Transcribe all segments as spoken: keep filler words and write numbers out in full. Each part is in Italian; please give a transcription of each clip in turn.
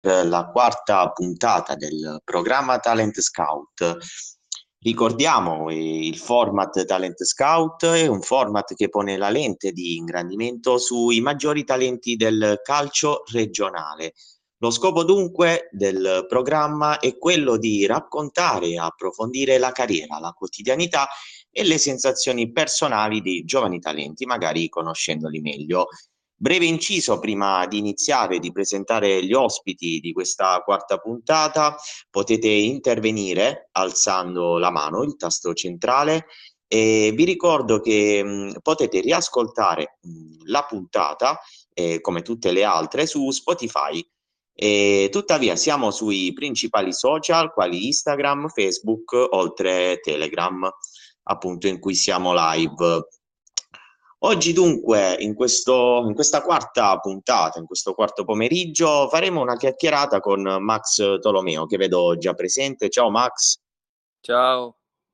la quarta puntata del programma Talent Scout. Ricordiamo eh, il format Talent Scout è un format che pone la lente di ingrandimento sui maggiori talenti del calcio regionale. Lo scopo dunque del programma è quello di raccontare e approfondire la carriera, la quotidianità e le sensazioni personali di giovani talenti, magari conoscendoli meglio. Breve inciso prima di iniziare e di presentare gli ospiti di questa quarta puntata, potete intervenire alzando la mano, il tasto centrale, e vi ricordo che mh, potete riascoltare mh, la puntata, eh, come tutte le altre, su Spotify. E tuttavia siamo sui principali social quali Instagram, Facebook, oltre Telegram, appunto in cui siamo live. Oggi dunque, in questo, in questa quarta puntata, in questo quarto pomeriggio, faremo una chiacchierata con Max Tolomeo, che vedo già presente. Ciao Max. Ciao.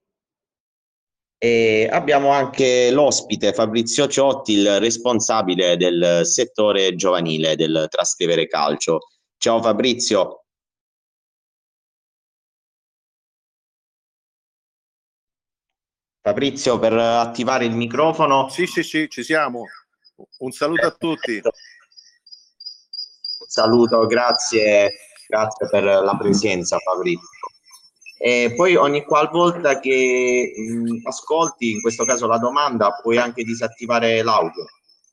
E abbiamo anche l'ospite Fabrizio Ciotti, il responsabile del settore giovanile del Trastevere Calcio. Ciao Fabrizio. Fabrizio, per attivare il microfono. Sì, sì, sì, ci siamo. Un saluto a tutti. Un saluto, grazie, grazie per la presenza Fabrizio. E poi ogni qualvolta che mh, ascolti, in questo caso la domanda, puoi anche disattivare l'audio.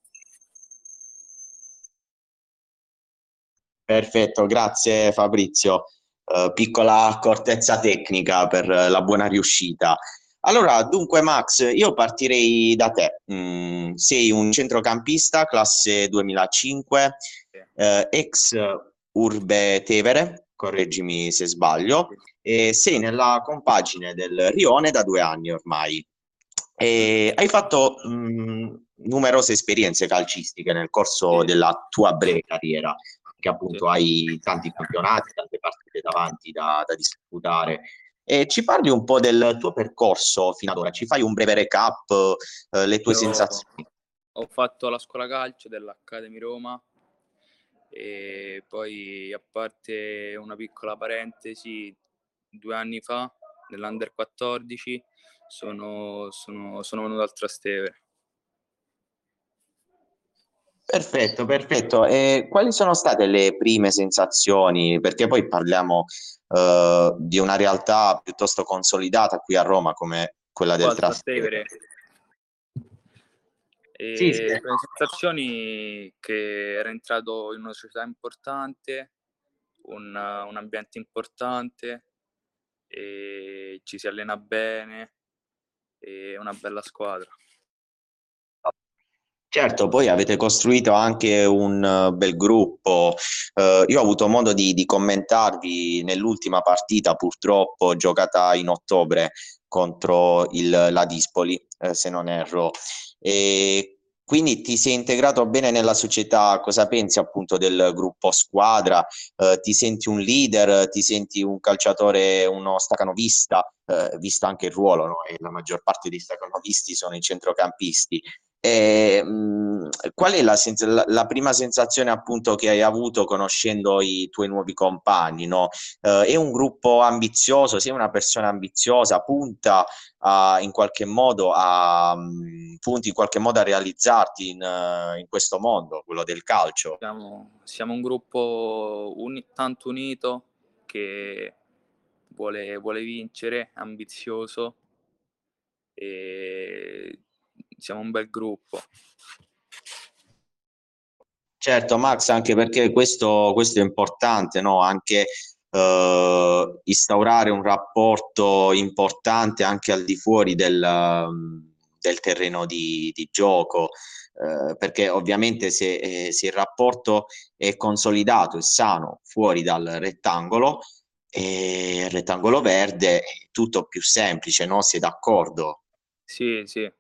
Perfetto, grazie Fabrizio. Uh, piccola accortezza tecnica per la buona riuscita. Allora, dunque Max, io partirei da te. Mm, sei un centrocampista, classe duemilacinque, eh, ex Urbe Tevere, correggimi se sbaglio, e sei nella compagine del Rione da due anni ormai. E hai fatto mh, numerose esperienze calcistiche nel corso Sì. della tua breve carriera, che appunto Sì. hai tanti campionati, tante partite davanti da, da disputare. E ci parli un po' del tuo percorso fino ad ora, ci fai un breve recap, eh, le tue Io sensazioni? ho fatto la scuola calcio dell'Academy Roma e poi, a parte una piccola parentesi, due anni fa, nell'Under quattordici, sono, sono, sono venuto al Trastevere. Perfetto, perfetto. E quali sono state le prime sensazioni? Perché poi parliamo eh, di una realtà piuttosto consolidata qui a Roma come quella Qua del al Trastevere. Trastevere. E Sì, sì. le prime sensazioni che era entrato in una società importante, un, un ambiente importante, e ci si allena bene, e una bella squadra. Certo, poi avete costruito anche un uh, bel gruppo. Uh, io ho avuto modo di, di commentarvi nell'ultima partita, purtroppo giocata in ottobre contro il, la Dispoli, eh, se non erro. E quindi ti sei integrato bene nella società. Cosa pensi appunto del gruppo squadra? Uh, ti senti un leader? Ti senti un calciatore, uno stacanovista? Uh, visto anche il ruolo, no? E la maggior parte dei stacanovisti sono i centrocampisti. E, mh, qual è la, sens- la, la prima sensazione appunto che hai avuto conoscendo i tuoi nuovi compagni, no? Eh, è un gruppo ambizioso, sei una persona ambiziosa, punta a, in qualche modo a, mh, punti in qualche modo a realizzarti in, uh, in questo mondo, quello del calcio. Siamo, siamo un gruppo uni- tanto unito, che vuole, vuole vincere, ambizioso, e siamo un bel gruppo. Certo, Max, anche perché questo, questo è importante, no? Anche eh, instaurare un rapporto importante anche al di fuori del, um, del terreno di, di gioco, eh, perché ovviamente se, eh, se il rapporto è consolidato e sano fuori dal rettangolo, e il rettangolo verde è tutto più semplice, no? Sei d'accordo? Sì, sì.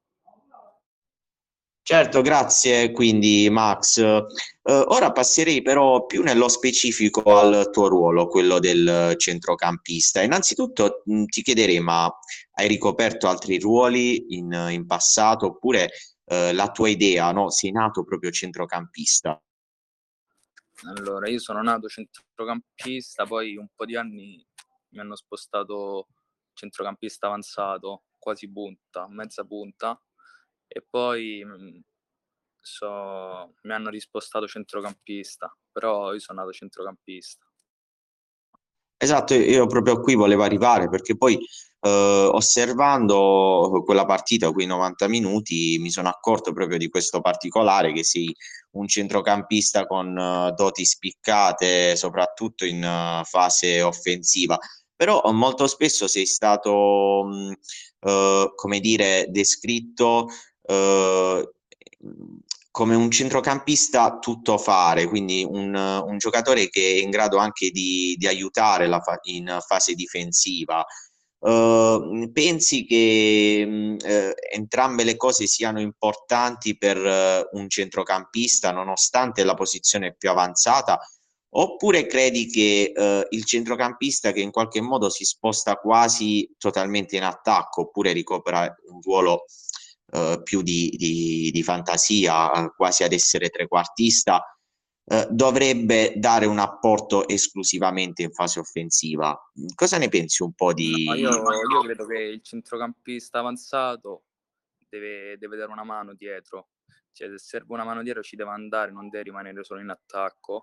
Certo, grazie quindi Max. Eh, ora passerei però più nello specifico al tuo ruolo, quello del centrocampista. Innanzitutto mh, ti chiederei, ma hai ricoperto altri ruoli in, in passato oppure eh, la tua idea, no? Sei nato proprio centrocampista? Allora, io sono nato centrocampista, poi un po' di anni mi hanno spostato centrocampista avanzato, quasi punta, mezza punta, e poi mh, so, mi hanno rispostato centrocampista, però io sono nato centrocampista. Esatto, io proprio qui volevo arrivare perché poi eh, osservando quella partita, quei novanta minuti, mi sono accorto proprio di questo particolare che sei un centrocampista con eh, doti spiccate, soprattutto in eh, fase offensiva. Però molto spesso sei stato, mh, eh, come dire, descritto eh, come un centrocampista tuttofare, quindi un, un giocatore che è in grado anche di, di aiutare la fa- in fase difensiva. Uh, pensi che mh, eh, entrambe le cose siano importanti per uh, un centrocampista, nonostante la posizione più avanzata? Oppure credi che uh, il centrocampista che in qualche modo si sposta quasi totalmente in attacco, oppure ricopra un ruolo uh, più di, di, di fantasia, quasi ad essere trequartista, Uh, dovrebbe dare un apporto esclusivamente in fase offensiva? Cosa ne pensi un po' di... No, io, io credo che il centrocampista avanzato deve, deve dare una mano dietro, cioè se serve una mano dietro ci deve andare, non deve rimanere solo in attacco.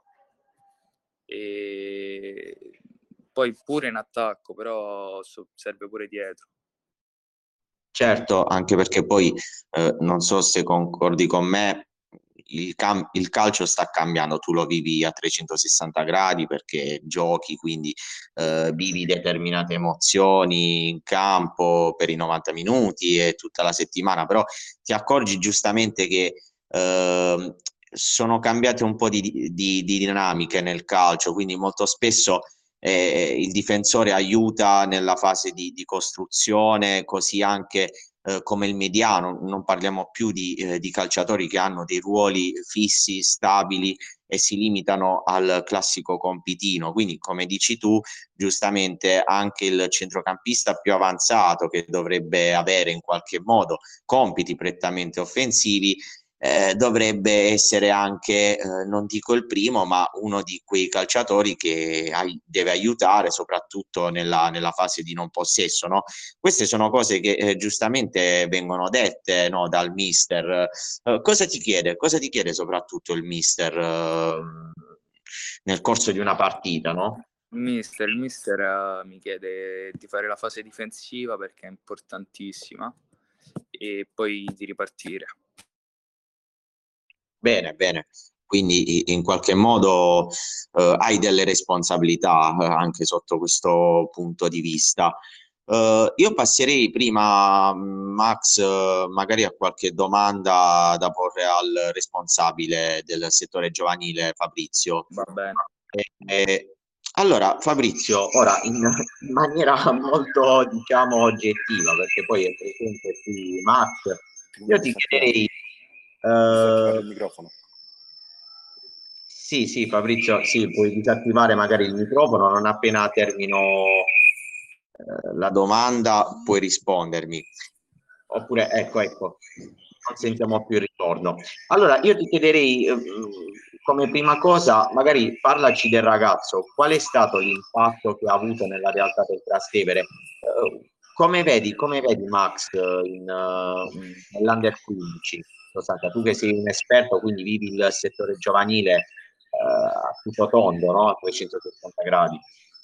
E poi pure in attacco, però serve pure dietro. Certo, anche perché poi eh, non so se concordi con me, il, cam- il calcio sta cambiando, tu lo vivi a trecentosessanta gradi perché giochi, quindi eh, vivi determinate emozioni in campo per i novanta minuti e tutta la settimana, però ti accorgi giustamente che eh, sono cambiate un po' di, di, di dinamiche nel calcio, quindi molto spesso eh, il difensore aiuta nella fase di, di costruzione, così anche eh, come il mediano, non parliamo più di, eh, di calciatori che hanno dei ruoli fissi, stabili e si limitano al classico compitino. Quindi, come dici tu, giustamente anche il centrocampista più avanzato che dovrebbe avere in qualche modo compiti prettamente offensivi eh, dovrebbe essere anche, eh, non dico il primo, ma uno di quei calciatori che ai- deve aiutare soprattutto nella, nella fase di non possesso, no? Queste sono cose che eh, giustamente vengono dette, no, dal mister. Eh, cosa ti chiede? Cosa ti chiede soprattutto il mister eh, nel corso di una partita, no? Il mister, il mister eh, mi chiede di fare la fase difensiva perché è importantissima e poi di ripartire. Bene, bene. Quindi in qualche modo eh, hai delle responsabilità eh, anche sotto questo punto di vista. Eh, io passerei prima, Max, eh, magari a qualche domanda da porre al responsabile del settore giovanile, Fabrizio. Va bene. Eh, eh, allora, Fabrizio, ora in, in maniera molto, diciamo, oggettiva, perché poi è presente qui Max, io ti chiederei... Disattivare eh, il microfono. sì, sì, Fabrizio, sì, puoi disattivare magari il microfono, non appena termino eh, la domanda puoi rispondermi. Oppure, ecco, ecco, non sentiamo più il ritorno. Allora, io ti chiederei, eh, come prima cosa, magari parlaci del ragazzo, qual è stato l'impatto che ha avuto nella realtà del Trastevere? Eh, come vedi, come vedi Max eh, in, uh, nell'Under quindici? Sostanza, tu che sei un esperto, quindi vivi il settore giovanile eh, a tutto tondo, no? A trecentosessanta gradi.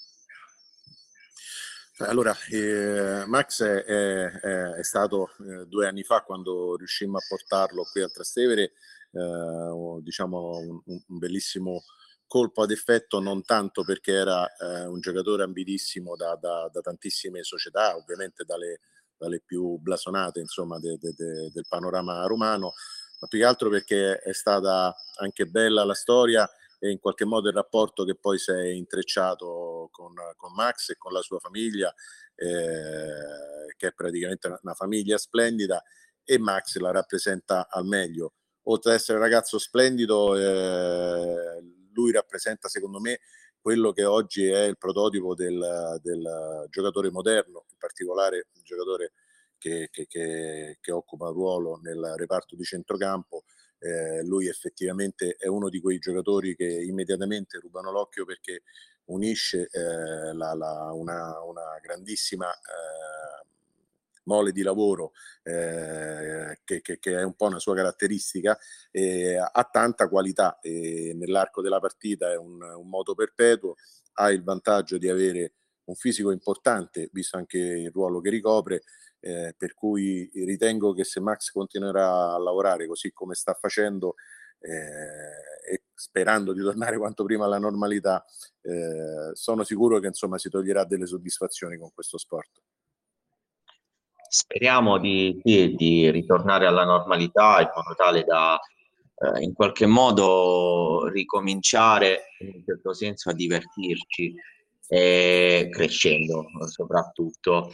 Allora, eh, Max è, è, è stato eh, due anni fa, quando riuscimmo a portarlo qui al Trastevere, eh, diciamo un, un bellissimo colpo ad effetto, non tanto perché era eh, un giocatore ambitissimo da, da, da tantissime società, ovviamente dalle, dalle più blasonate, insomma, de, de, de, del panorama romano, ma più che altro perché è stata anche bella la storia e in qualche modo il rapporto che poi si è intrecciato con, con Max e con la sua famiglia, eh, che è praticamente una, una famiglia splendida, e Max la rappresenta al meglio. Oltre ad essere un ragazzo splendido, eh, lui rappresenta secondo me quello che oggi è il prototipo del, del giocatore moderno, in particolare un giocatore che, che, che, che occupa un ruolo nel reparto di centrocampo, eh, lui effettivamente è uno di quei giocatori che immediatamente rubano l'occhio, perché unisce eh, la, la, una, una grandissima eh, mole di lavoro eh, che, che, che è un po' una sua caratteristica, e ha tanta qualità, e nell'arco della partita è un, un moto perpetuo, ha il vantaggio di avere un fisico importante, visto anche il ruolo che ricopre, eh, per cui ritengo che se Max continuerà a lavorare così come sta facendo, eh, e sperando di tornare quanto prima alla normalità, eh, sono sicuro che insomma si toglierà delle soddisfazioni con questo sport. Speriamo di, di, di ritornare alla normalità in modo tale da eh, in qualche modo ricominciare in un certo senso a divertirci, eh, crescendo soprattutto.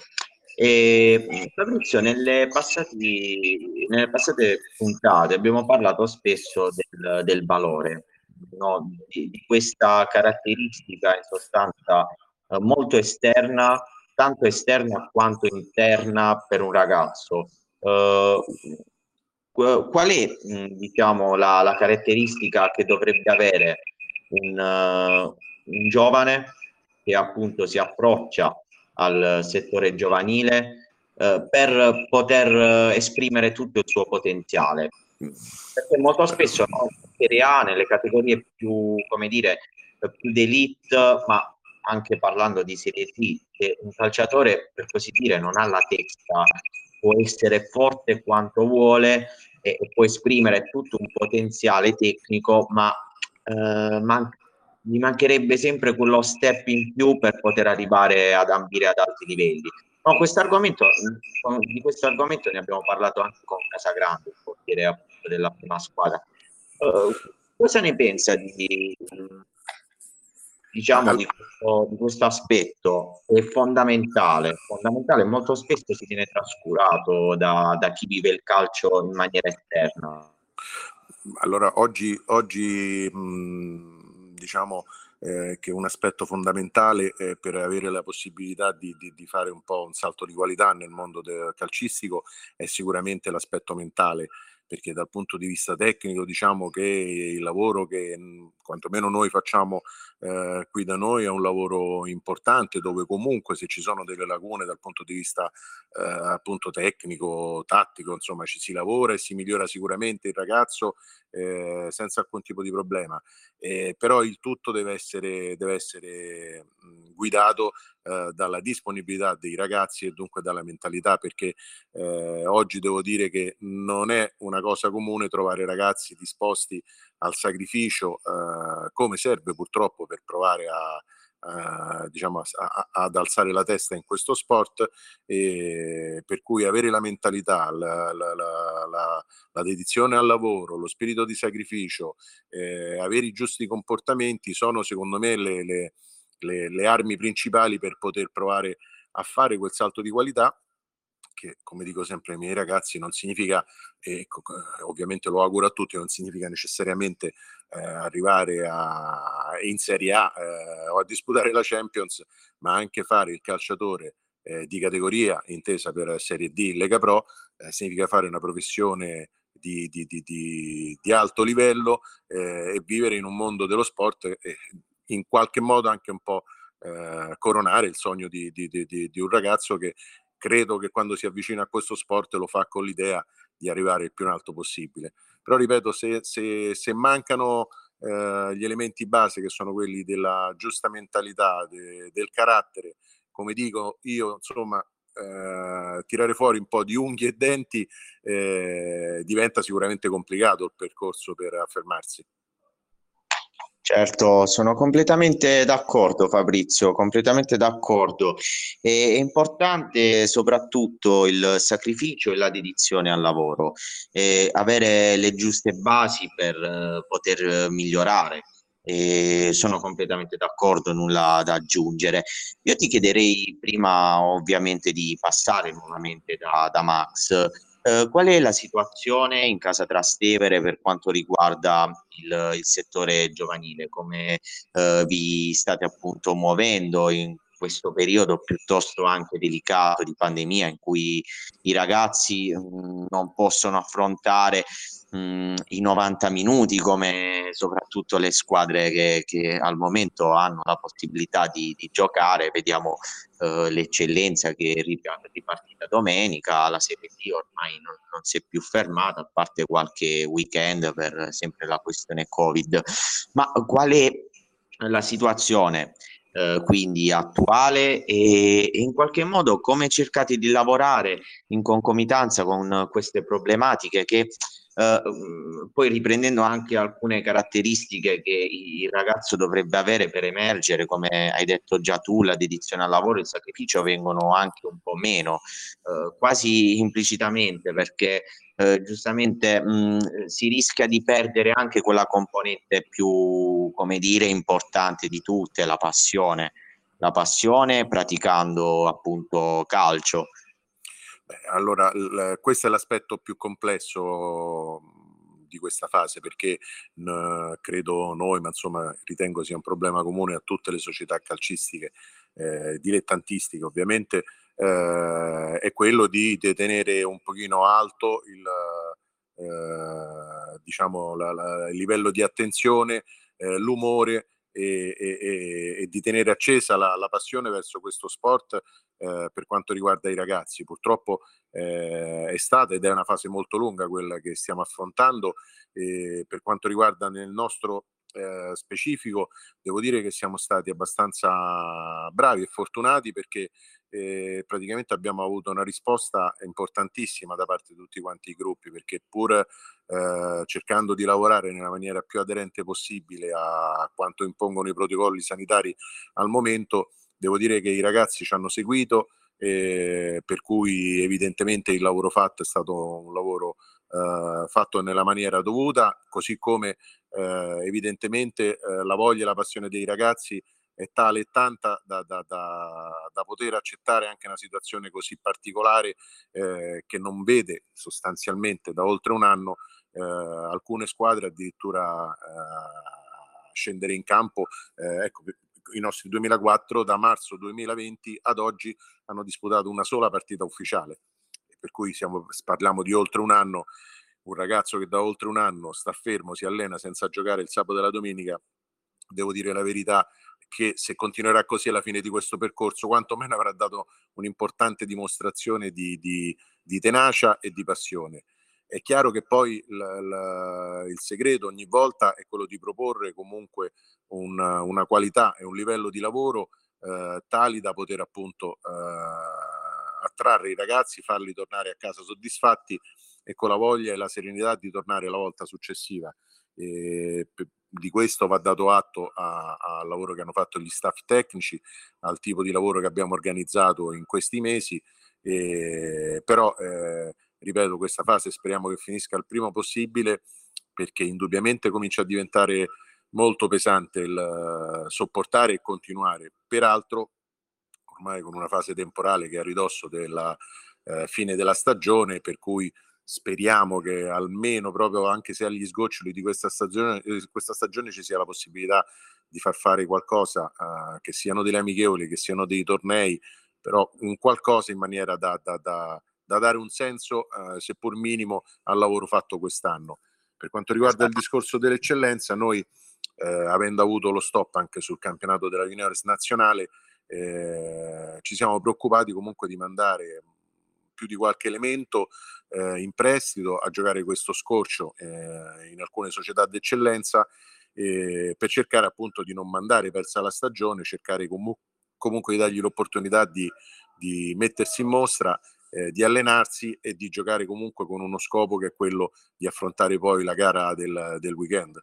E Fabrizio, nelle, passati, nelle passate puntate abbiamo parlato spesso del, del valore, no? Di, di questa caratteristica in sostanza eh, molto esterna, tanto esterna quanto interna per un ragazzo. Uh, qual è, mh, diciamo, la, la caratteristica che dovrebbe avere un, uh, un giovane che appunto si approccia al settore giovanile uh, per poter esprimere tutto il suo potenziale? Perché molto spesso, no, in Serie A, nelle categorie più, come dire, più d'elite, ma anche parlando di Serie D, che un calciatore, per così dire, non ha la testa, può essere forte quanto vuole e, e può esprimere tutto un potenziale tecnico, ma eh, man- gli mancherebbe sempre quello step in più per poter arrivare ad ambire ad alti livelli. No, questo argomento, di questo argomento ne abbiamo parlato anche con Casagrande, il portiere appunto della prima squadra. Uh, cosa ne pensa di, diciamo, di questo, di questo aspetto? È fondamentale, fondamentale, molto spesso si viene trascurato da, da chi vive il calcio in maniera esterna. Allora, oggi, oggi mh, diciamo eh, che un aspetto fondamentale eh, per avere la possibilità di, di, di fare un po' un salto di qualità nel mondo del calcistico è sicuramente l'aspetto mentale, perché dal punto di vista tecnico diciamo che il lavoro che mh, quantomeno noi facciamo eh, qui da noi è un lavoro importante, dove comunque se ci sono delle lacune dal punto di vista eh, appunto tecnico, tattico, insomma ci si lavora e si migliora sicuramente il ragazzo eh, senza alcun tipo di problema, eh, però il tutto deve essere, deve essere mh, guidato eh, dalla disponibilità dei ragazzi e dunque dalla mentalità, perché eh, oggi devo dire che non è una cosa comune trovare ragazzi disposti al sacrificio eh, come serve purtroppo per provare a Uh, diciamo a, a, ad alzare la testa in questo sport, e per cui avere la mentalità, la, la, la, la, la dedizione al lavoro, lo spirito di sacrificio, eh, avere i giusti comportamenti sono secondo me le, le, le, le armi principali per poter provare a fare quel salto di qualità, che come dico sempre ai miei ragazzi non significa, eh, ovviamente lo auguro a tutti, non significa necessariamente eh, arrivare a, in Serie A eh, o a disputare la Champions, ma anche fare il calciatore eh, di categoria, intesa per Serie D, Lega Pro, eh, significa fare una professione di, di, di, di, di alto livello eh, e vivere in un mondo dello sport e in qualche modo anche un po' eh, coronare il sogno di, di, di, di un ragazzo che credo che quando si avvicina a questo sport lo fa con l'idea di arrivare il più in alto possibile. Però ripeto, se, se, se mancano eh, gli elementi base, che sono quelli della giusta mentalità, de, del carattere, come dico io, insomma, eh, tirare fuori un po' di unghie e denti eh, diventa sicuramente complicato il percorso per affermarsi. Certo, sono completamente d'accordo Fabrizio, completamente d'accordo. È importante soprattutto il sacrificio e la dedizione al lavoro, e avere le giuste basi per eh, poter migliorare. E sono completamente d'accordo, nulla da aggiungere. Io ti chiederei prima ovviamente di passare nuovamente da, da Max. Eh, qual è la situazione in casa Trastevere per quanto riguarda il, il settore giovanile? Come eh, vi state appunto muovendo in questo periodo piuttosto anche delicato di pandemia in cui i ragazzi mh, non possono affrontare mh, i novanta minuti, come soprattutto le squadre che, che al momento hanno la possibilità di, di giocare. Vediamo eh, l'Eccellenza che è ripartita domenica, la Serie D ormai non, non si è più fermata, a parte qualche weekend per sempre la questione Covid. Ma qual è la situazione eh, quindi attuale, e, e in qualche modo come cercate di lavorare in concomitanza con queste problematiche che eh, poi, riprendendo anche alcune caratteristiche che il ragazzo dovrebbe avere per emergere, come hai detto già tu, la dedizione al lavoro e il sacrificio vengono anche un po' meno, eh, quasi implicitamente, perché eh, giustamente mh, si rischia di perdere anche quella componente più, come dire, importante di tutte, la passione, la passione praticando appunto calcio. Beh, allora, l- questo è l'aspetto più complesso di questa fase, perché n- credo noi, ma insomma ritengo sia un problema comune a tutte le società calcistiche, eh, dilettantistiche ovviamente, eh, è quello di detenere un pochino alto il, eh, diciamo, la- la- il livello di attenzione, eh, l'umore e, e- e di tenere accesa la, la passione verso questo sport, eh, per quanto riguarda i ragazzi. Purtroppo eh, è stata ed è una fase molto lunga quella che stiamo affrontando. E per quanto riguarda nel nostro eh, specifico, devo dire che siamo stati abbastanza bravi e fortunati, perché eh, praticamente abbiamo avuto una risposta importantissima da parte di tutti quanti i gruppi, perché pur eh, cercando di lavorare nella maniera più aderente possibile a quanto impongono i protocolli sanitari al momento, devo dire che i ragazzi ci hanno seguito, eh, per cui evidentemente il lavoro fatto è stato un lavoro eh, fatto nella maniera dovuta, così come eh, evidentemente eh, la voglia e la passione dei ragazzi è tale e tanta da, da, da, da poter accettare anche una situazione così particolare, eh, che non vede sostanzialmente da oltre un anno eh, alcune squadre addirittura eh, scendere in campo. Eh, ecco, i nostri duemilaquattro da marzo duemilaventi ad oggi hanno disputato una sola partita ufficiale, per cui siamo, parliamo di oltre un anno. Un ragazzo che da oltre un anno sta fermo, si allena senza giocare il sabato e la domenica, devo dire la verità che se continuerà così alla fine di questo percorso, quantomeno avrà dato un'importante dimostrazione di, di, di tenacia e di passione. È chiaro che poi la, la, il segreto ogni volta è quello di proporre comunque una, una qualità e un livello di lavoro eh, tali da poter appunto eh, attrarre i ragazzi, farli tornare a casa soddisfatti e con la voglia e la serenità di tornare la volta successiva. E di questo va dato atto al lavoro che hanno fatto gli staff tecnici, al tipo di lavoro che abbiamo organizzato in questi mesi, e, però eh, ripeto, questa fase speriamo che finisca il prima possibile, perché indubbiamente comincia a diventare molto pesante il sopportare e continuare, peraltro ormai con una fase temporale che è a ridosso della eh, fine della stagione, per cui speriamo che almeno, proprio anche se agli sgoccioli di questa stagione, eh, questa stagione ci sia la possibilità di far fare qualcosa, eh, che siano delle amichevoli, che siano dei tornei, però un qualcosa in maniera da, da, da, da dare un senso, eh, seppur minimo, al lavoro fatto quest'anno. Per quanto riguarda il discorso dell'eccellenza, noi eh, avendo avuto lo stop anche sul campionato della juniores nazionale, eh, ci siamo preoccupati comunque di mandare più di qualche elemento eh, in prestito a giocare questo scorcio eh, in alcune società d'eccellenza, eh, per cercare appunto di non mandare persa la stagione, cercare comu- comunque di dargli l'opportunità di, di mettersi in mostra, eh, di allenarsi e di giocare comunque con uno scopo che è quello di affrontare poi la gara del, del weekend.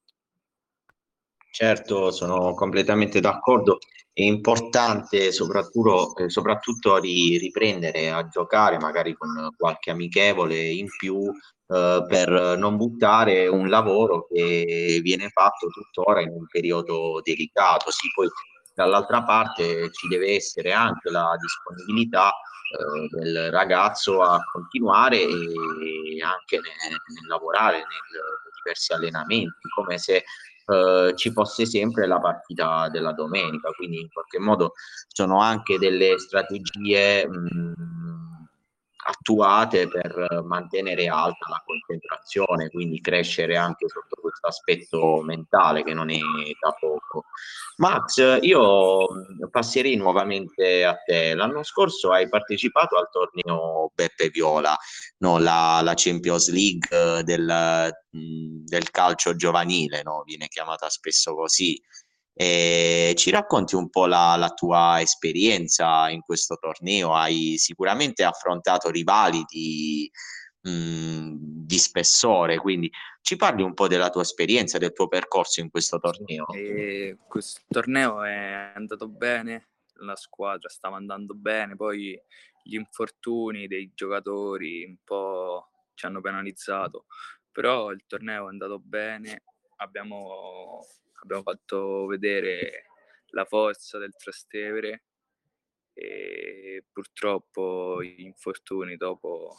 Certo, sono completamente d'accordo. È importante soprattutto, eh, soprattutto ri- riprendere a giocare magari con qualche amichevole in più, eh, per non buttare un lavoro che viene fatto tuttora in un periodo delicato. Sì, poi dall'altra parte ci deve essere anche la disponibilità, eh, del ragazzo a continuare e anche nel, nel lavorare, nei diversi allenamenti, come se eh, ci fosse sempre la partita della domenica. Quindi in qualche modo sono anche delle strategie mh, attuate per mantenere alta la concentrazione, quindi crescere anche sotto questo aspetto mentale che non è da poco. Max, io passerei nuovamente a te. L'anno scorso hai partecipato al torneo Beppe Viola, no? la, la Champions League del, del calcio giovanile, no? Viene chiamata spesso così. E ci racconti un po' la, la tua esperienza in questo torneo? Hai sicuramente affrontato rivali di, mh, di spessore, quindi ci parli un po' della tua esperienza, del tuo percorso in questo torneo? E questo torneo è andato bene, la squadra stava andando bene, poi gli infortuni dei giocatori un po' ci hanno penalizzato, però il torneo è andato bene, abbiamo, abbiamo fatto vedere la forza del Trastevere e purtroppo gli infortuni dopo...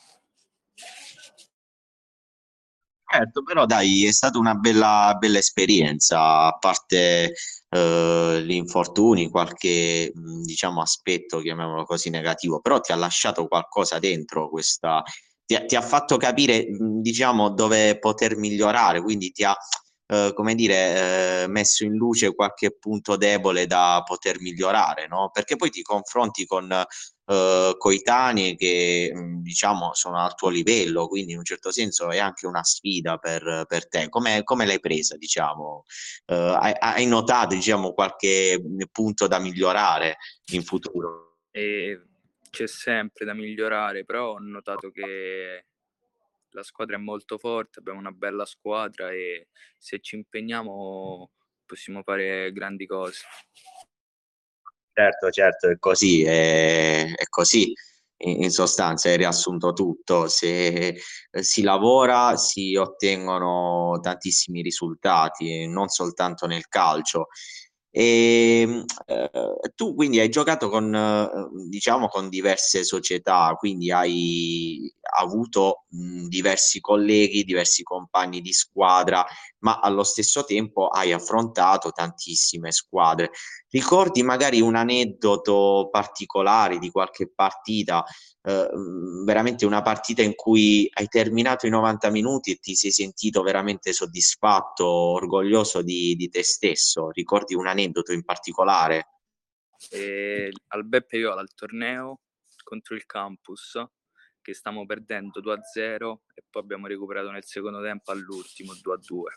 Certo, però dai, è stata una bella, bella esperienza, a parte eh, gli infortuni, qualche mh, diciamo aspetto, chiamiamolo così, negativo, però ti ha lasciato qualcosa dentro questa, ti ha, ti ha fatto capire, mh, diciamo, dove poter migliorare, quindi ti ha, eh, come dire, eh, messo in luce qualche punto debole da poter migliorare, no? Perché poi ti confronti con eh, coetanei che mh, diciamo sono al tuo livello, quindi in un certo senso è anche una sfida per, per te. Come, come l'hai presa, diciamo? Eh, hai, hai notato, diciamo, qualche punto da migliorare in futuro? E c'è sempre da migliorare, però ho notato che la squadra è molto forte, abbiamo una bella squadra e se ci impegniamo possiamo fare grandi cose. Certo, certo, è così, è, è così. In, in sostanza, hai riassunto tutto. Se eh, si lavora, si ottengono tantissimi risultati, non soltanto nel calcio. E, eh, tu quindi hai giocato con, eh, diciamo, con diverse società, quindi hai avuto mh, diversi colleghi, diversi compagni di squadra, ma allo stesso tempo hai affrontato tantissime squadre. Ricordi magari un aneddoto particolare di qualche partita, eh, veramente una partita in cui hai terminato i novanta minuti e ti sei sentito veramente soddisfatto, orgoglioso di, di te stesso? Ricordi un aneddoto in particolare? E al Beppe Viola al torneo contro il Campus che stiamo perdendo due a zero e poi abbiamo recuperato nel secondo tempo all'ultimo due a due.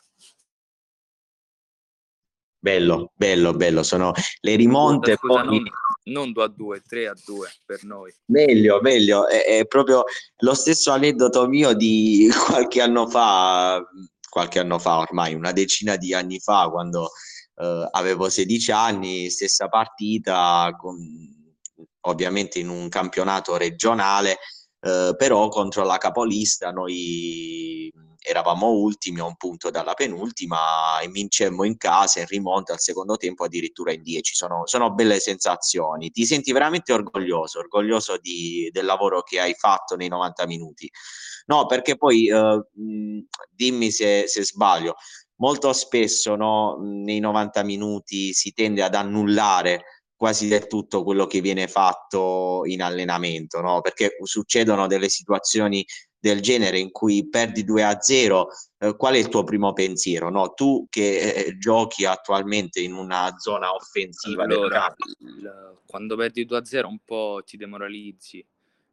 Bello, bello, bello, sono le rimonte. Scusa, Poi... non, non due a due, tre a due per noi. Meglio, meglio, è, è proprio lo stesso aneddoto mio di qualche anno fa, qualche anno fa ormai, una decina di anni fa, quando eh, avevo sedici anni, stessa partita, con, ovviamente in un campionato regionale, eh, però contro la capolista noi eravamo ultimi a un punto dalla penultima e vincemmo in casa in rimonta al secondo tempo addirittura in dieci. Sono, sono belle sensazioni, ti senti veramente orgoglioso, orgoglioso di, del lavoro che hai fatto nei novanta minuti. No, perché poi eh, mh, dimmi se, se sbaglio, molto spesso no, nei novanta minuti si tende ad annullare quasi del tutto quello che viene fatto in allenamento, no? Perché succedono delle situazioni del genere in cui perdi due a zero, eh, qual è il tuo primo pensiero? No? Tu che eh, giochi attualmente in una zona offensiva del Allora, campo. il, quando perdi due a zero un po' ti demoralizzi,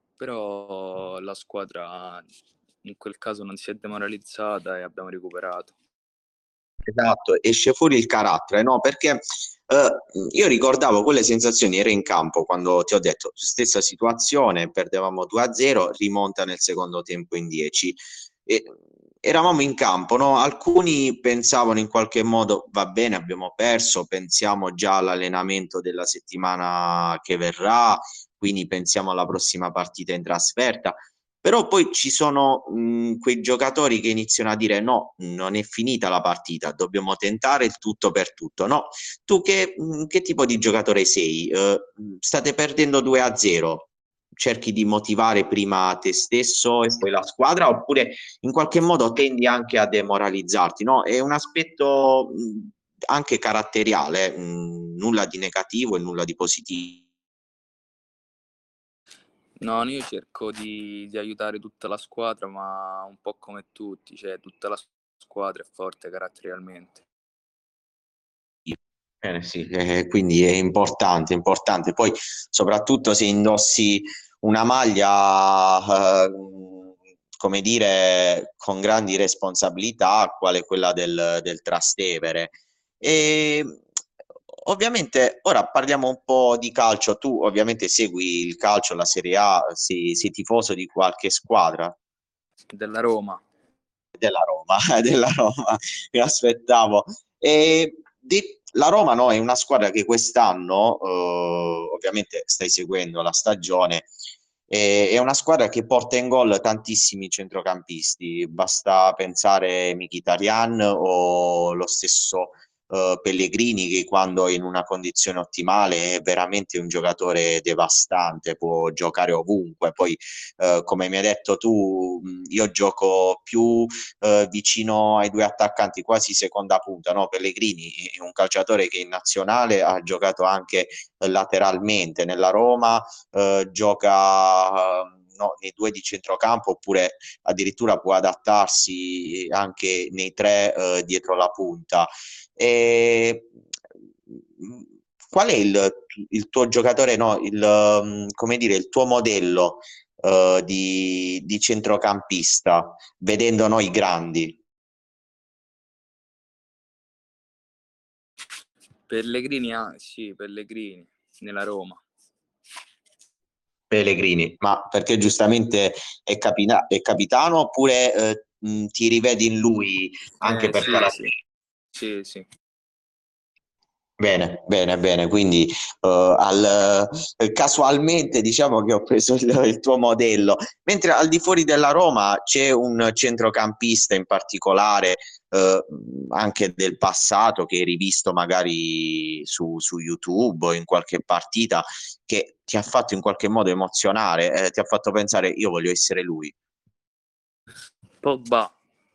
però la squadra in quel caso non si è demoralizzata e abbiamo recuperato. Esatto, esce fuori il carattere, no? Perché eh, io ricordavo quelle sensazioni, ero in campo quando ti ho detto, stessa situazione, perdevamo due a zero, rimonta nel secondo tempo in dieci. E eravamo in campo, no? Alcuni pensavano in qualche modo, va bene, abbiamo perso, pensiamo già all'allenamento della settimana che verrà, quindi pensiamo alla prossima partita in trasferta. Però poi ci sono mh, quei giocatori che iniziano a dire no, non è finita la partita, dobbiamo tentare il tutto per tutto. No, tu che, mh, che tipo di giocatore sei? Eh, state perdendo due a zero, cerchi di motivare prima te stesso e poi la squadra, oppure in qualche modo tendi anche a demoralizzarti, no? È un aspetto mh, anche caratteriale, mh, nulla di negativo e nulla di positivo. No, io cerco di, di aiutare tutta la squadra, ma un po' come tutti, cioè tutta la squadra è forte caratterialmente. Bene, sì, eh, quindi è importante, importante. Poi, soprattutto se indossi una maglia, eh, come dire, con grandi responsabilità, quale quella del, del Trastevere. E ovviamente, ora parliamo un po' di calcio. Tu ovviamente segui il calcio, la Serie A, sei, sei tifoso di qualche squadra? Della Roma. Della Roma, della Roma, mi aspettavo. E di, la Roma, no, è una squadra che quest'anno, eh, ovviamente stai seguendo la stagione, è, è una squadra che porta in gol tantissimi centrocampisti, basta pensare a Mkhitaryan o lo stesso eh, Pellegrini, che quando è in una condizione ottimale è veramente un giocatore devastante, può giocare ovunque. Poi eh, come mi hai detto tu, io gioco più eh, vicino ai due attaccanti, quasi seconda punta, no? Pellegrini è un calciatore che in nazionale ha giocato anche lateralmente nella Roma, eh, gioca no, nei due di centrocampo, oppure addirittura può adattarsi anche nei tre eh, dietro la punta. E, qual è il, il tuo giocatore, no, il, come dire, il tuo modello uh, di, di centrocampista, vedendo noi grandi? Pellegrini, ah, sì, Pellegrini, nella Roma. Pellegrini, ma perché giustamente è, capita- è capitano, oppure eh, mh, ti rivedi in lui anche Eh, per sì, carattere? sì, sì, sì. Bene, bene, bene. Quindi uh, al, eh, casualmente diciamo che ho preso il, il tuo modello. Mentre al di fuori della Roma c'è un centrocampista in particolare, eh, anche del passato, che hai rivisto magari su, su YouTube o in qualche partita, che ti ha fatto in qualche modo emozionare, eh, ti ha fatto pensare io voglio essere lui. Pogba.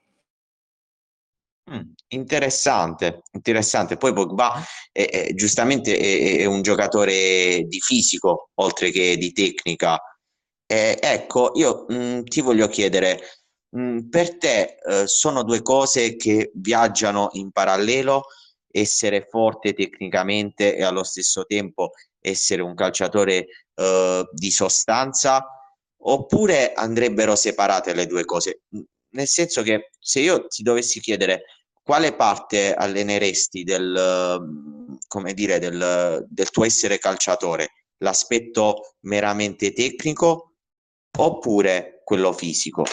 Mm, interessante, interessante. Poi Pogba è, è- giustamente è, è un giocatore di fisico oltre che di tecnica. Eh, ecco, io mm, ti voglio chiedere, mm, per te eh, sono due cose che viaggiano in parallelo, essere forte tecnicamente e allo stesso tempo essere un calciatore eh, di sostanza, oppure andrebbero separate le due cose? Mm, Nel senso che se io ti dovessi chiedere quale parte alleneresti del, mm, come dire, del, del tuo essere calciatore? L'aspetto meramente tecnico oppure quello fisico?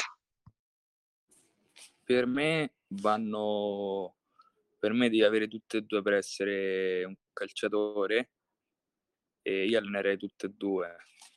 Per me vanno, per me devi avere tutte e due per essere un calciatore e io allenerei tutte e due.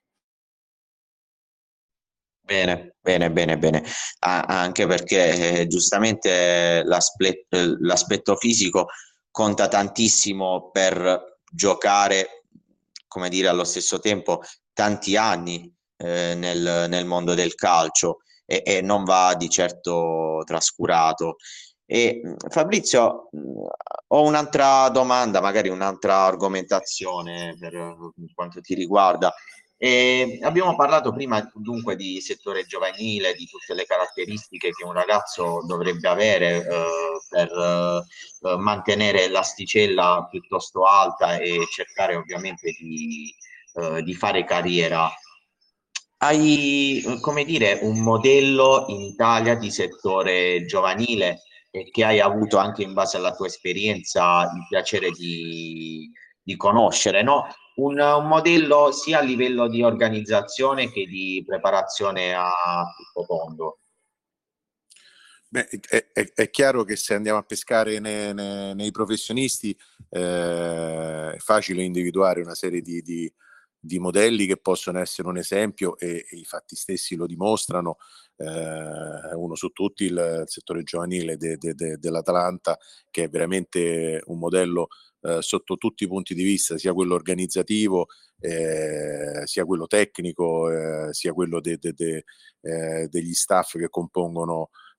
Bene, bene, bene, bene. Ah, anche perché eh, giustamente l'aspe- eh, l'aspetto fisico conta tantissimo per giocare, come dire, allo stesso tempo tanti anni eh, nel, nel mondo del calcio, e, e non va di certo trascurato. E mh, Fabrizio, mh, ho un'altra domanda, magari un'altra argomentazione per eh, quanto ti riguarda. E abbiamo parlato prima dunque di settore giovanile, di tutte le caratteristiche che un ragazzo dovrebbe avere eh, per eh, mantenere l'asticella piuttosto alta e cercare ovviamente di, eh, di fare carriera. Hai, eh, come dire, un modello in Italia di settore giovanile e che hai avuto anche in base alla tua esperienza il piacere di, di conoscere, no? Un, un modello sia a livello di organizzazione che di preparazione a tutto tondo. Beh, è, è- è chiaro che se andiamo a pescare ne- ne- nei professionisti eh, è facile individuare una serie di, di- di modelli che possono essere un esempio e, e i fatti stessi lo dimostrano. Eh, uno su tutti il, il settore giovanile de- de- de- dell'Atalanta, che è veramente un modello eh, sotto tutti i punti di vista, sia quello organizzativo, eh, sia quello tecnico, eh, sia quello de- de- de- eh, degli staff che compongono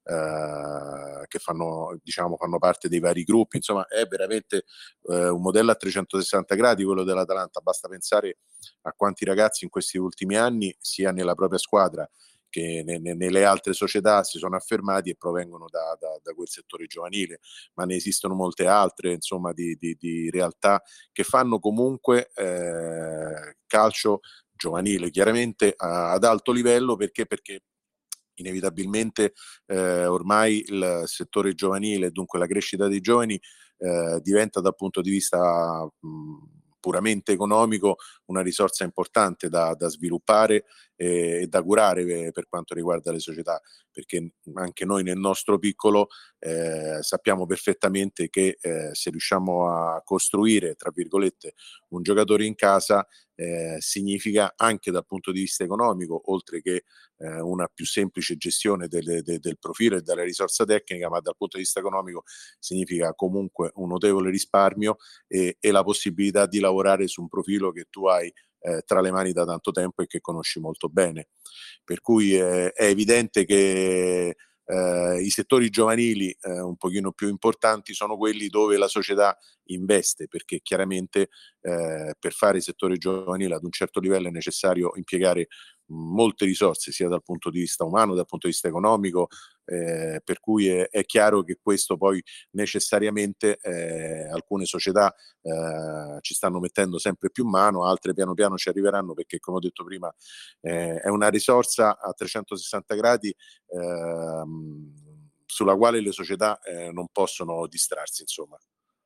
eh, che fanno, diciamo, fanno parte dei vari gruppi. Insomma, è veramente eh, un modello a trecentosessanta gradi quello dell'Atalanta. Basta pensare a quanti ragazzi in questi ultimi anni, sia nella propria squadra che ne, ne, nelle altre società, si sono affermati e provengono da, da, da quel settore giovanile, ma ne esistono molte altre, insomma, di, di, di realtà che fanno comunque eh, calcio giovanile, chiaramente a, ad alto livello, perché perché inevitabilmente eh, ormai il settore giovanile, dunque la crescita dei giovani, eh, diventa dal punto di vista mh, puramente economico una risorsa importante da, da sviluppare e, e da curare per quanto riguarda le società, perché anche noi nel nostro piccolo eh, sappiamo perfettamente che eh, se riusciamo a costruire, tra virgolette, un giocatore in casa, eh, significa anche dal punto di vista economico, oltre che eh, una più semplice gestione del, del, del profilo e della risorsa tecnica, ma dal punto di vista economico significa comunque un notevole risparmio e, e la possibilità di lavorare su un profilo che tu hai eh, tra le mani da tanto tempo e che conosci molto bene. Per cui eh, è evidente che eh, i settori giovanili eh, un pochino più importanti sono quelli dove la società investe, perché chiaramente eh, per fare il settore giovanile ad un certo livello è necessario impiegare molte risorse sia dal punto di vista umano, dal punto di vista economico, eh, per cui è, è chiaro che questo poi necessariamente eh, alcune società eh, ci stanno mettendo sempre più mano, altre piano piano ci arriveranno, perché come ho detto prima eh, è una risorsa a trecentosessanta gradi eh, sulla quale le società eh, non possono distrarsi, insomma.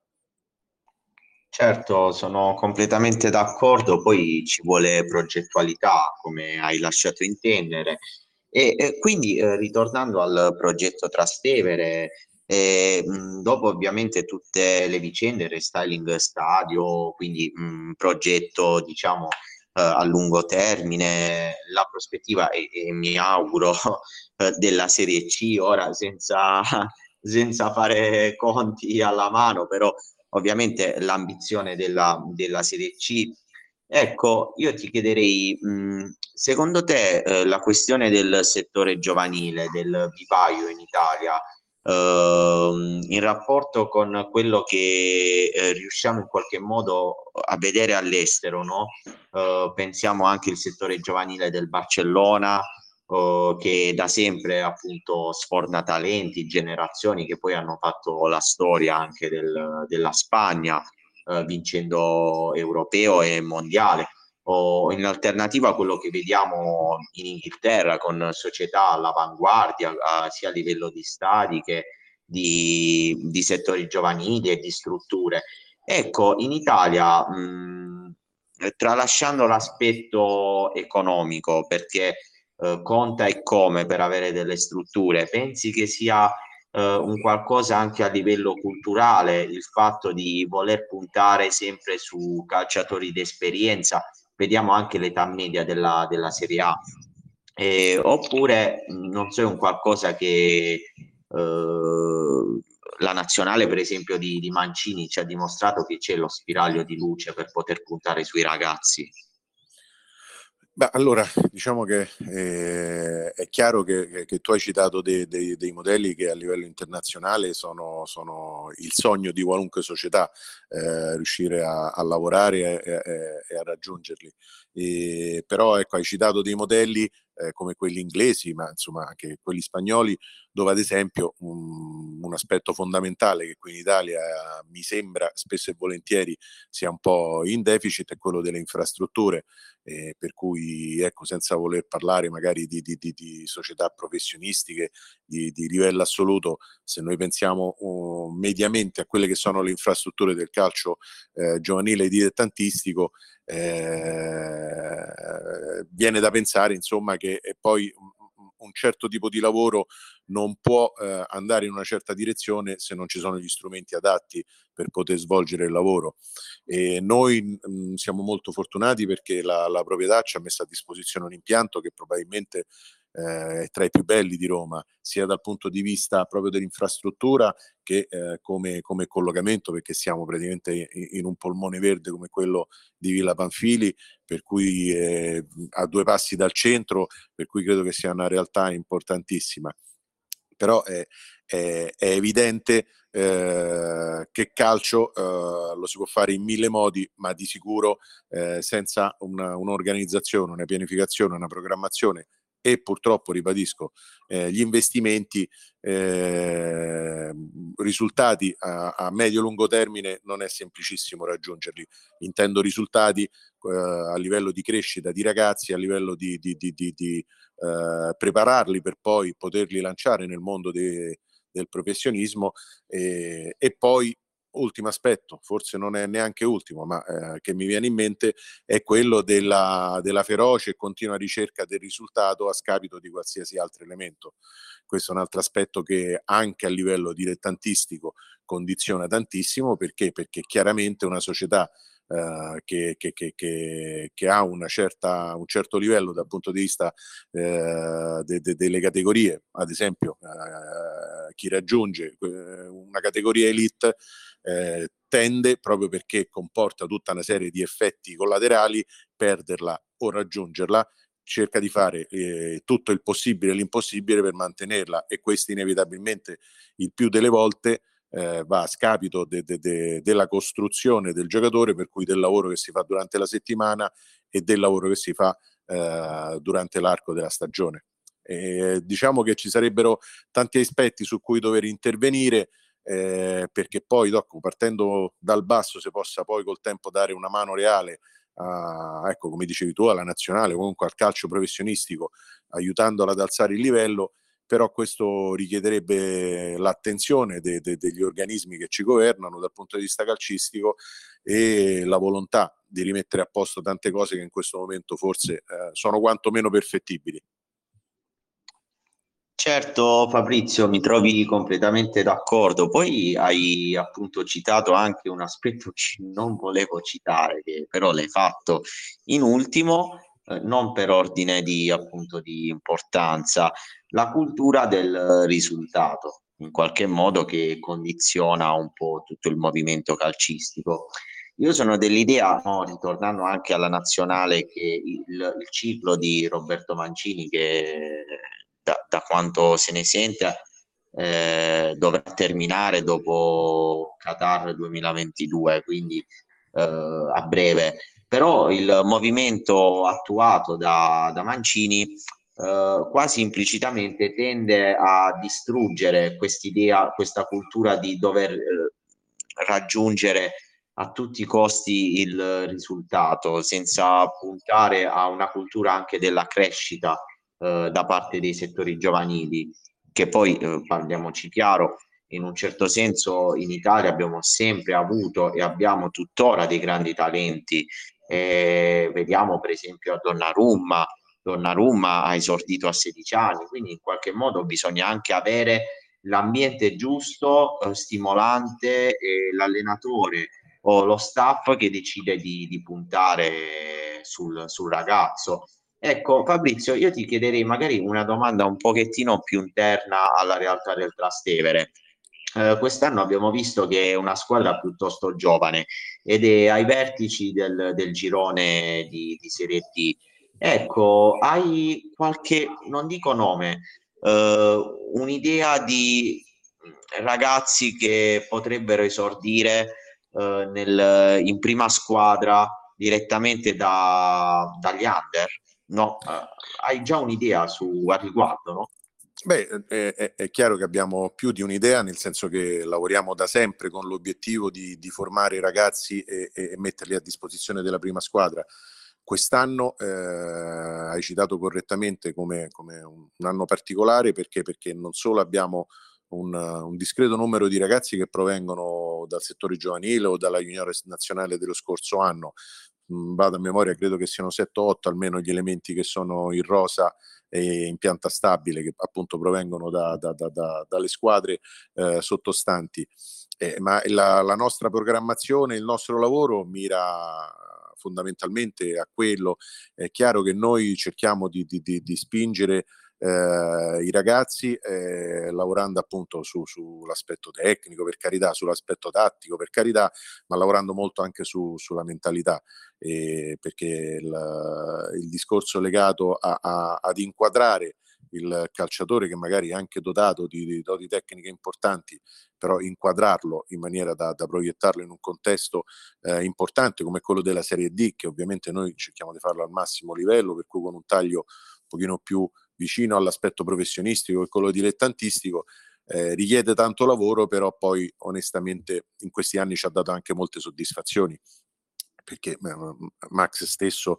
Certo, sono completamente d'accordo, poi ci vuole progettualità, come hai lasciato intendere. E, e quindi, eh, ritornando al progetto Trastevere, eh, mh, dopo ovviamente tutte le vicende, restyling stadio, quindi un progetto, diciamo, eh, a lungo termine, la prospettiva, e, e mi auguro, eh, della Serie C, ora senza, senza fare conti alla mano, però ovviamente l'ambizione della, della Serie C. Ecco, io ti chiederei, mh, secondo te eh, la questione del settore giovanile, del vivaio in Italia, ehm, in rapporto con quello che eh, riusciamo in qualche modo a vedere all'estero, no? Eh, pensiamo anche al settore giovanile del Barcellona, eh, che da sempre appunto sforna talenti, generazioni che poi hanno fatto la storia anche del- della Spagna, eh, vincendo europeo e mondiale. O in alternativa a quello che vediamo in Inghilterra con società all'avanguardia, a- sia a livello di stadi che di, di settori giovanili e di strutture. Ecco, in Italia, mh, tralasciando l'aspetto economico, perché eh, conta e come per avere delle strutture, pensi che sia eh, un qualcosa anche a livello culturale, il fatto di voler puntare sempre su calciatori d'esperienza? Vediamo anche l'età media della, della Serie A. Eh, oppure non so, è un qualcosa che eh, la nazionale, per esempio, di, di Mancini ci ha dimostrato che c'è lo spiraglio di luce per poter puntare sui ragazzi. Beh, allora, diciamo che eh, è chiaro che, che, che tu hai citato dei, dei, dei modelli che a livello internazionale sono, sono il sogno di qualunque società, eh, riuscire a, a lavorare e, e, e a raggiungerli. E, però ecco, hai citato dei modelli eh, come quelli inglesi, ma insomma anche quelli spagnoli, dove ad esempio un, un aspetto fondamentale che qui in Italia eh, mi sembra spesso e volentieri sia un po' in deficit è quello delle infrastrutture. Eh, per cui ecco, senza voler parlare magari di, di, di, di società professionistiche di, di livello assoluto, se noi pensiamo uh, mediamente a quelle che sono le infrastrutture del calcio eh, giovanile e dilettantistico, eh, viene da pensare insomma che poi un certo tipo di lavoro non può eh, andare in una certa direzione se non ci sono gli strumenti adatti per poter svolgere il lavoro. E noi mh, siamo molto fortunati perché la, la proprietà ci ha messo a disposizione un impianto che probabilmente eh, è tra i più belli di Roma, sia dal punto di vista proprio dell'infrastruttura che eh, come, come collocamento, perché siamo praticamente in, in un polmone verde come quello di Villa Panfili, per cui eh, a due passi dal centro, per cui credo che sia una realtà importantissima. però è, è, è evidente eh, che calcio eh, lo si può fare in mille modi, ma di sicuro eh, senza una, un'organizzazione, una pianificazione, una programmazione e purtroppo, ribadisco, eh, gli investimenti, eh, risultati a, a medio-lungo termine non è semplicissimo raggiungerli. Intendo risultati eh, a livello di crescita di ragazzi, a livello di, di, di, di, di eh, prepararli per poi poterli lanciare nel mondo de, del professionismo e, e poi ultimo aspetto, forse non è neanche ultimo, ma eh, che mi viene in mente è quello della, della feroce e continua ricerca del risultato a scapito di qualsiasi altro elemento. Questo è un altro aspetto che anche a livello dilettantistico condiziona tantissimo, perché? Perché chiaramente una società Uh, che, che, che, che, che ha una certa, un certo livello dal punto di vista uh, de, de, delle categorie, ad esempio uh, chi raggiunge una categoria elite uh, tende, proprio perché comporta tutta una serie di effetti collaterali, perderla o raggiungerla, cerca di fare eh, tutto il possibile e l'impossibile per mantenerla, e questo inevitabilmente il più delle volte Eh, va a scapito de, de, de, della costruzione del giocatore, per cui del lavoro che si fa durante la settimana e del lavoro che si fa eh, durante l'arco della stagione. E diciamo che ci sarebbero tanti aspetti su cui dover intervenire eh, perché poi dopo, partendo dal basso, si possa poi col tempo dare una mano reale a, ecco, come dicevi tu, alla nazionale, comunque al calcio professionistico, aiutandola ad alzare il livello. Però questo richiederebbe l'attenzione de, de, degli organismi che ci governano dal punto di vista calcistico e la volontà di rimettere a posto tante cose che in questo momento forse eh, sono quantomeno perfettibili. Certo Fabrizio, mi trovi completamente d'accordo. Poi hai appunto citato anche un aspetto che non volevo citare, che però l'hai fatto in ultimo, eh, non per ordine di appunto di importanza, la cultura del risultato, in qualche modo che condiziona un po' tutto il movimento calcistico. Io sono dell'idea, no, ritornando anche alla nazionale, che il, il ciclo di Roberto Mancini, che da, da quanto se ne sente eh, dovrà terminare dopo Qatar duemilaventidue, quindi eh, a breve. Però il movimento attuato da, da Mancini eh, quasi implicitamente tende a distruggere quest'idea, questa cultura di dover eh, raggiungere a tutti i costi il risultato, senza puntare a una cultura anche della crescita eh, da parte dei settori giovanili, che poi, eh, parliamoci chiaro, in un certo senso in Italia abbiamo sempre avuto e abbiamo tuttora dei grandi talenti. Eh, vediamo per esempio a Donnarumma. Donnarumma ha esordito a sedici anni, quindi in qualche modo bisogna anche avere l'ambiente giusto, eh, stimolante, e l'allenatore o lo staff che decide di, di puntare sul, sul ragazzo. Ecco, Fabrizio, io ti chiederei magari una domanda un pochettino più interna alla realtà del Trastevere. Eh, quest'anno abbiamo visto che è una squadra piuttosto giovane ed è ai vertici del, del girone di, di Serie D. Ecco, hai qualche, non dico nome, eh, un'idea di ragazzi che potrebbero esordire eh, nel, in prima squadra direttamente da, dagli under? No, eh, hai già un'idea su al riguardo, no? Beh, è, è chiaro che abbiamo più di un'idea, nel senso che lavoriamo da sempre con l'obiettivo di, di formare i ragazzi e, e metterli a disposizione della prima squadra. Quest'anno eh, hai citato correttamente come, come un, un anno particolare, perché, perché non solo abbiamo un, un discreto numero di ragazzi che provengono dal settore giovanile o dalla juniores nazionale dello scorso anno, mh, vado a memoria, credo che siano sette o otto almeno gli elementi che sono in rosa e in pianta stabile, che appunto provengono da, da, da, da, dalle squadre eh, sottostanti. Eh, ma la, la nostra programmazione, il nostro lavoro mira fondamentalmente a quello. È chiaro che noi cerchiamo di, di, di, di spingere eh, i ragazzi eh, lavorando appunto su, sull'aspetto tecnico, per carità, sull'aspetto tattico, per carità, ma lavorando molto anche su, sulla mentalità, eh, perché il, il discorso legato a, a, ad inquadrare il calciatore che magari è anche dotato di, di doti tecniche importanti, però inquadrarlo in maniera da, da proiettarlo in un contesto eh, importante come quello della Serie D, che ovviamente noi cerchiamo di farlo al massimo livello, per cui con un taglio un pochino più vicino all'aspetto professionistico e quello dilettantistico, eh, richiede tanto lavoro, però poi onestamente in questi anni ci ha dato anche molte soddisfazioni, perché Max stesso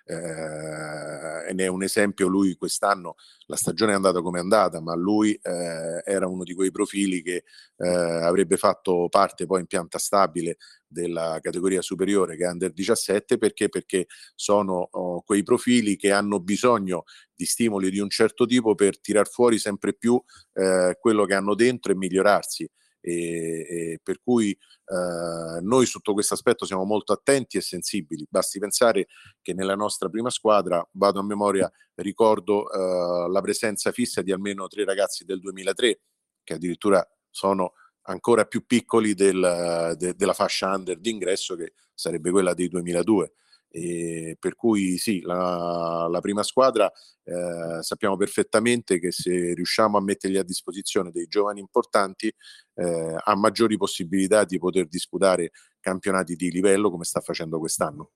eh, ne è un esempio. Lui quest'anno, la stagione è andata come è andata, ma lui eh, era uno di quei profili che eh, avrebbe fatto parte poi in pianta stabile della categoria superiore, che è under diciassette, perché perché sono oh, quei profili che hanno bisogno di stimoli di un certo tipo per tirar fuori sempre più eh, quello che hanno dentro e migliorarsi. E, e per cui eh, noi sotto questo aspetto siamo molto attenti e sensibili. Basti pensare che nella nostra prima squadra, vado a memoria, ricordo eh, la presenza fissa di almeno tre ragazzi del duemilatré, che addirittura sono ancora più piccoli del, de, della fascia under d'ingresso, che sarebbe quella dei duemiladue. E per cui sì, la, la prima squadra eh, sappiamo perfettamente che se riusciamo a mettergli a disposizione dei giovani importanti eh, ha maggiori possibilità di poter disputare campionati di livello come sta facendo quest'anno.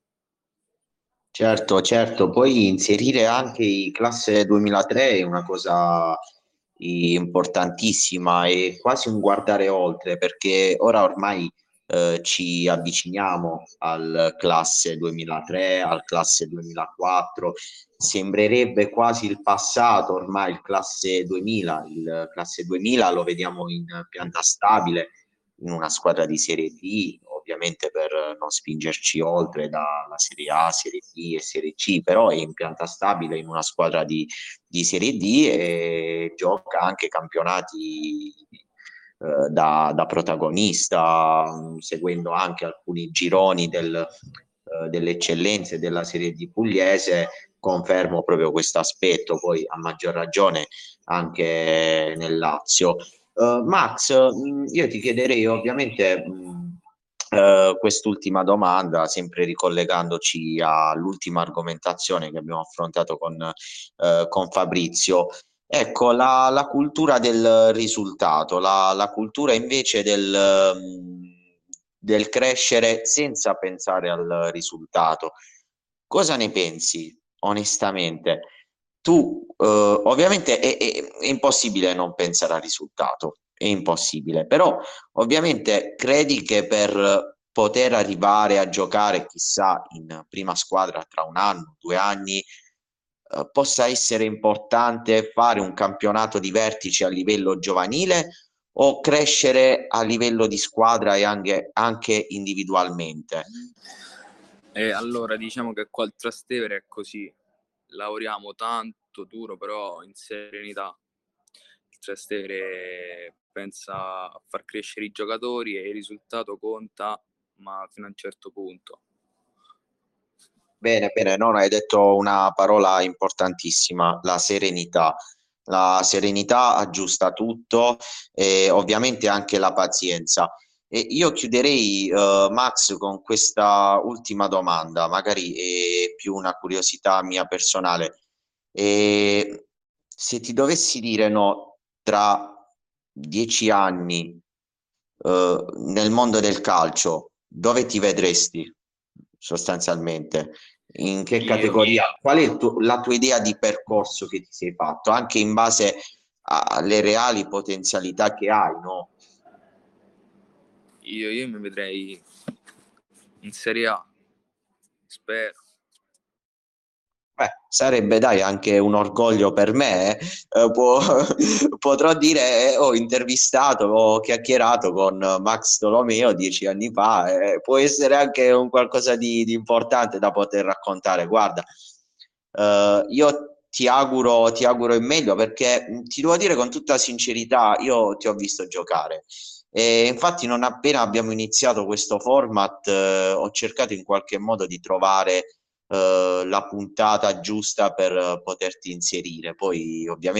Certo, certo, poi inserire anche i classe duemilatré è una cosa importantissima, è quasi un guardare oltre, perché ora ormai eh, ci avviciniamo al classe duemilatré, al classe duemilaquattro, sembrerebbe quasi il passato ormai il classe duemila, il classe duemila lo vediamo in pianta stabile in una squadra di Serie D, ovviamente per non spingerci oltre dalla Serie A, Serie B e Serie C, però è in pianta stabile in una squadra di, di Serie D e gioca anche campionati eh, da, da protagonista, mh, seguendo anche alcuni gironi del, eh, delle eccellenze della Serie D pugliese. Confermo proprio questo aspetto, poi a maggior ragione anche nel Lazio. Uh, Max, mh, io ti chiederei ovviamente mh, uh, quest'ultima domanda, sempre ricollegandoci all'ultima argomentazione che abbiamo affrontato con, uh, con Fabrizio. Ecco, la, la cultura del risultato, la, la cultura invece del, mh, del crescere senza pensare al risultato. Cosa ne pensi, onestamente? Tu, eh, ovviamente è, è, è impossibile non pensare al risultato, è impossibile, però ovviamente credi che per poter arrivare a giocare, chissà, in prima squadra tra un anno, due anni, eh, possa essere importante fare un campionato di vertice a livello giovanile o crescere a livello di squadra e anche, anche individualmente? E allora diciamo che qua al Trastevere è così, lavoriamo tanto, duro, però in serenità. Il Trastevere pensa a far crescere i giocatori e il risultato conta, ma fino a un certo punto. Bene, bene, no, no, hai detto una parola importantissima, la serenità. La serenità aggiusta tutto e ovviamente anche la pazienza. E io chiuderei, eh, Max, con questa ultima domanda, magari è più una curiosità mia personale. E se ti dovessi dire no, tra dieci anni, eh, nel mondo del calcio, dove ti vedresti sostanzialmente? In che Io, categoria? Qual è il tuo- la tua idea di percorso che ti sei fatto, anche in base alle reali potenzialità che hai, no? io, io mi vedrei in Serie A, spero. Beh, sarebbe dai anche un orgoglio per me, eh. Eh, può- potrò dire eh, ho intervistato, ho chiacchierato con Max Tolomeo dieci anni fa, eh, può essere anche un qualcosa di, di importante da poter raccontare. Guarda, eh, io ti auguro, ti auguro il meglio perché mh, ti devo dire con tutta sincerità, io ti ho visto giocare. E infatti non appena abbiamo iniziato questo format, eh, ho cercato in qualche modo di trovare eh, la puntata giusta per eh, poterti inserire. Poi ovviamente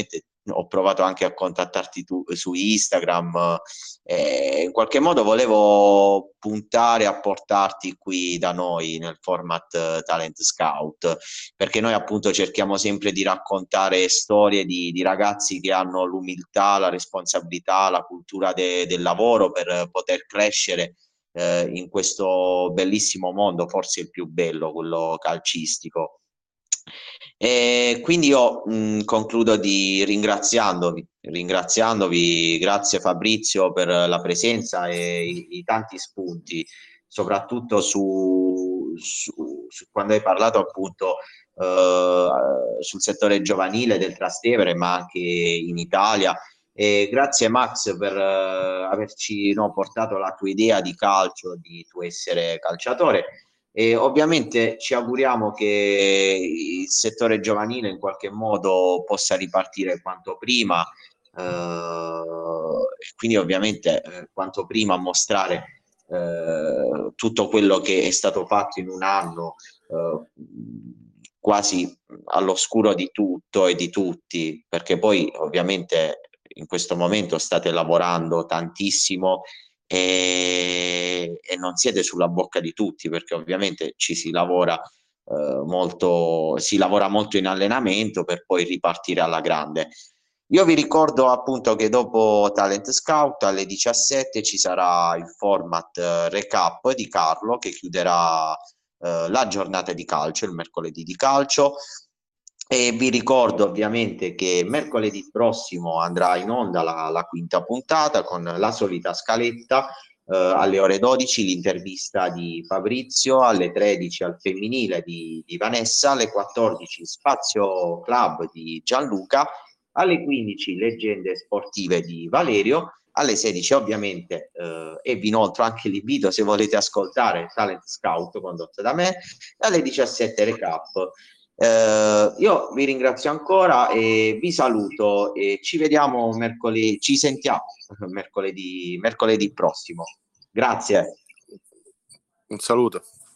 ho provato anche a contattarti tu su Instagram, e in qualche modo volevo puntare a portarti qui da noi nel format Talent Scout, perché noi appunto cerchiamo sempre di raccontare storie di, di ragazzi che hanno l'umiltà, la responsabilità, la cultura de, del lavoro per poter crescere eh, in questo bellissimo mondo, forse il più bello, quello calcistico. E quindi io mh, concludo di ringraziandovi, ringraziandovi, grazie Fabrizio per la presenza e i, i tanti spunti, soprattutto su, su, su quando hai parlato appunto eh, sul settore giovanile del Trastevere, ma anche in Italia. E grazie Max per eh, averci no, portato la tua idea di calcio, di tuo essere calciatore. E ovviamente ci auguriamo che il settore giovanile in qualche modo possa ripartire quanto prima, eh, quindi ovviamente eh, quanto prima mostrare eh, tutto quello che è stato fatto in un anno, eh, quasi all'oscuro di tutto e di tutti, perché poi ovviamente in questo momento state lavorando tantissimo e, e non siete sulla bocca di tutti, perché ovviamente ci si lavora eh, molto, si lavora molto in allenamento per poi ripartire alla grande. Io vi ricordo appunto che dopo Talent Scout alle diciassette ci sarà il format eh, recap di Carlo che chiuderà eh, la giornata di calcio, il mercoledì di calcio. E vi ricordo ovviamente che mercoledì prossimo andrà in onda la, la quinta puntata con la solita scaletta, eh, alle ore dodici l'intervista di Fabrizio, alle tredici al femminile di, di Vanessa, alle quattordici Spazio Club di Gianluca, alle quindici leggende sportive di Valerio, alle sedici ovviamente eh, e vi inoltro anche l'invito se volete ascoltare Talent Scout condotto da me, e alle diciassette recap. Eh, io vi ringrazio ancora e vi saluto e ci vediamo mercoledì, ci sentiamo mercoledì, mercoledì prossimo. Grazie. Un saluto.